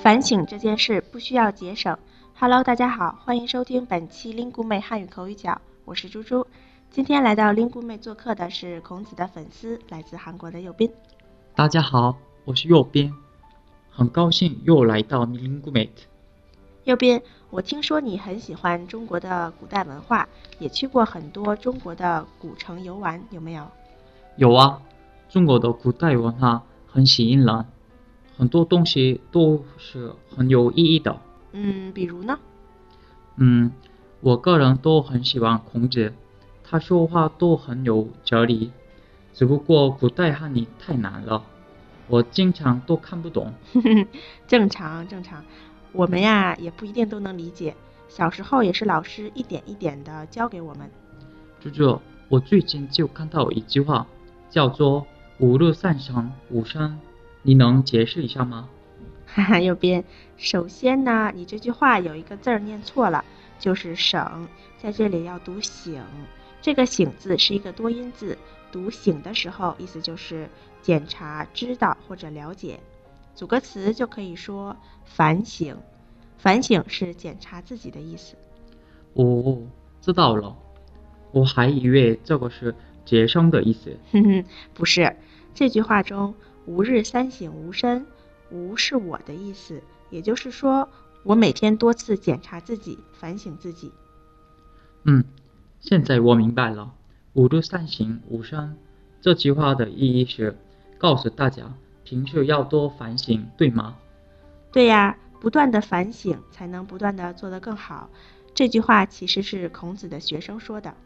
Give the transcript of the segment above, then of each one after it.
反省这件事不需要节省。Hello， 大家好，欢迎收听本期 Lingu 妹汉语口语角，我是猪猪。今天来到 Lingu 妹做客的是孔子的粉丝，来自韩国的右斌。 大家好，我是右斌，很高兴又来到 Lingu 妹。 右斌，我听说你很喜欢中国的古代文化，也去过很多中国的古城游玩，有没有？ 有啊，中国的古代文化很吸引人，很多东西都是很有意义的。 比如呢？ 我个人都很喜欢孔子，他说话都很有哲理。只不过古代汉语太难了，我经常都看不懂。 正常，我们呀也不一定都能理解。小时候也是老师一点一点的教给我们。 猪猪，我最近就看到一句话，叫做“吾日三省吾身”，你能解释一下吗？ 哈哈，右边，首先呢，你这句话有一个字儿念错了，就是省，在这里要读醒。这个醒字是一个多音字，读醒的时候，意思就是检查、知道或者了解。组个词就可以说反省，反省是检查自己的意思。 哦，知道了，我还以为这个是节省的意思。 不是，这句话中吾日三省吾身，吾是我的意思，也就是说我每天多次检查自己，反省自己。 现在我明白了，吾日三省吾身这句话的意义是告诉大家平时要多反省，对吗？ 对呀，不断的反省才能不断的做得更好。这句话其实是孔子的学生说的。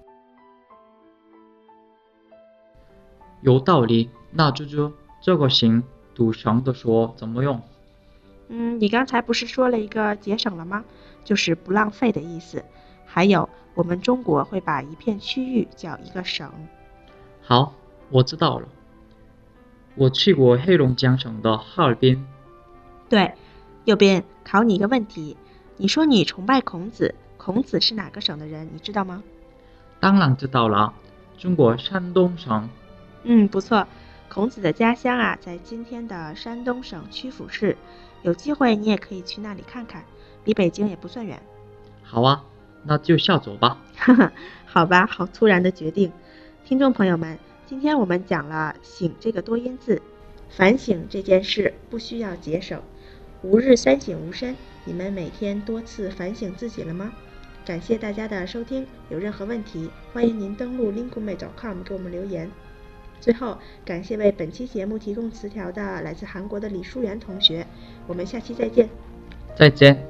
有道理，那猪猪，这个省读省的说怎么用？ 你刚才不是说了一个节省了吗？就是不浪费的意思。还有，我们中国会把一片区域叫一个省。 好，我知道了。我去过黑龙江省的哈尔滨。 对，右边考你一个问题，你说你崇拜孔子，孔子是哪个省的人，你知道吗？ 当然知道了，中国山东省。 不错，孔子的家乡啊，在今天的山东省曲阜市，有机会你也可以去那里看看，离北京也不算远。 好啊，那就下走吧。 好吧，好突然的决定。听众朋友们，今天我们讲了省这个多音字，反省这件事不需要节省，吾日三省吾身，你们每天多次反省自己了吗？感谢大家的收听，有任何问题，欢迎您登录 linguemate.com 给我们留言。最后，感谢为本期节目提供词条的来自韩国的李淑媛同学，我们下期再见。 再见。